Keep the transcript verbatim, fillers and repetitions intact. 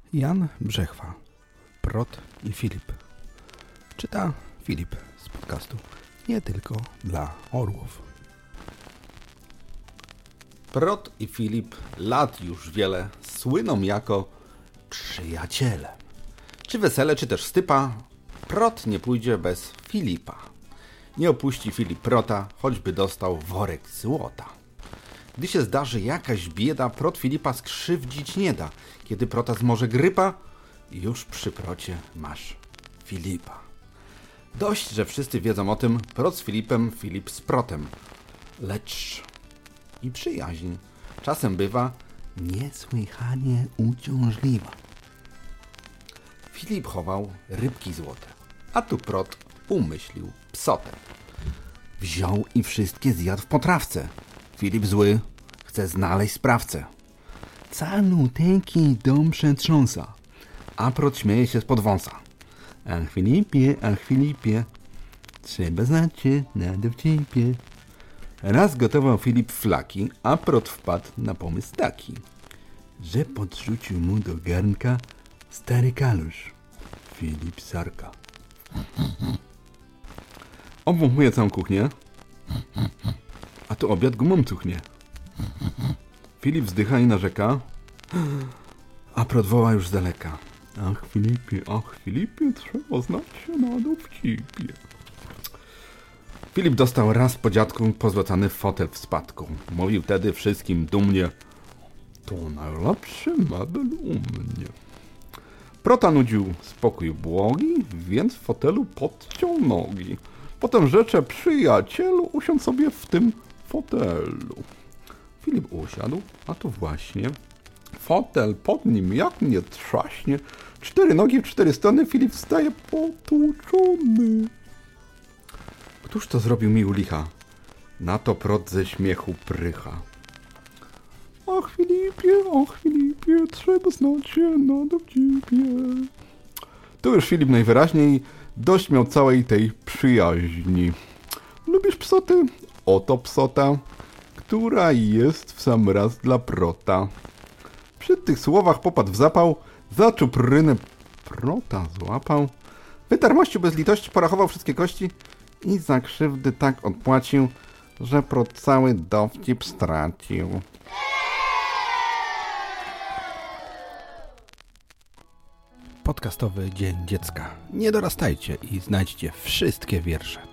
Jan Brzechwa, Prot i Filip. Czyta Filip z podcastu Nie tylko dla orłów. Prot i Filip lat już wiele słyną jako przyjaciele. Czy wesele, czy też stypa, Prot nie pójdzie bez Filipa. Nie opuści Filip Prota, choćby dostał worek złota. Gdy się zdarzy jakaś bieda, Prot Filipa skrzywdzić nie da. Kiedy Prota zmoże grypa, już przy Procie masz Filipa. Dość, że wszyscy wiedzą o tym, Prot z Filipem, Filip z Protem. Lecz i przyjaźń czasem bywa niesłychanie uciążliwa. Filip chował rybki złote, a tu Prot umyślił psotę. Wziął i wszystkie zjadł w potrawce. Filip zły chce znaleźć sprawcę. Caluteńki dom przetrząsa, a Prot śmieje się spod wąsa. Ach Filipie, ach Filipie, trzeba znać się na dowcipie. Raz gotował Filip flaki, a Prot wpadł na pomysł taki, że podrzucił mu do garnka stary kalusz. Filip sarka. Obwąchuje całą kuchnię, a tu obiad gumą cuchnie. Filip wzdycha i narzeka, a Prot woła już z daleka. Ach Filipie, ach Filipie, trzeba znać się na dowcipie. Filip dostał raz po dziadku pozłacany fotel w spadku. Mówił wtedy wszystkim dumnie: to najlepszy mebel u mnie. Prota nudził spokój błogi, więc w fotelu podciął nogi. Potem rzecze przyjacielu, usiądź sobie w tym fotelu. Filip usiadł, a tu właśnie fotel pod nim jak nie trzaśnie. Cztery nogi w cztery strony, Filip wstaje potłuczony. Któż to zrobił mi u licha? Na to Prot ze śmiechu prycha. Ach Filipie, ach Filipie, trzeba znać się na dowcipie. Tu już Filip najwyraźniej dość miał całej tej przyjaźni. Lubisz psoty? Oto psota, która jest w sam raz dla Prota. Przy tych słowach popadł w zapał, zaczął prynę Prota złapał, wytarł mościu bez litości, porachował wszystkie kości i za krzywdy tak odpłacił, że Prot cały dowcip stracił. Podcastowy Dzień Dziecka. Nie dorastajcie i znajdźcie wszystkie wiersze.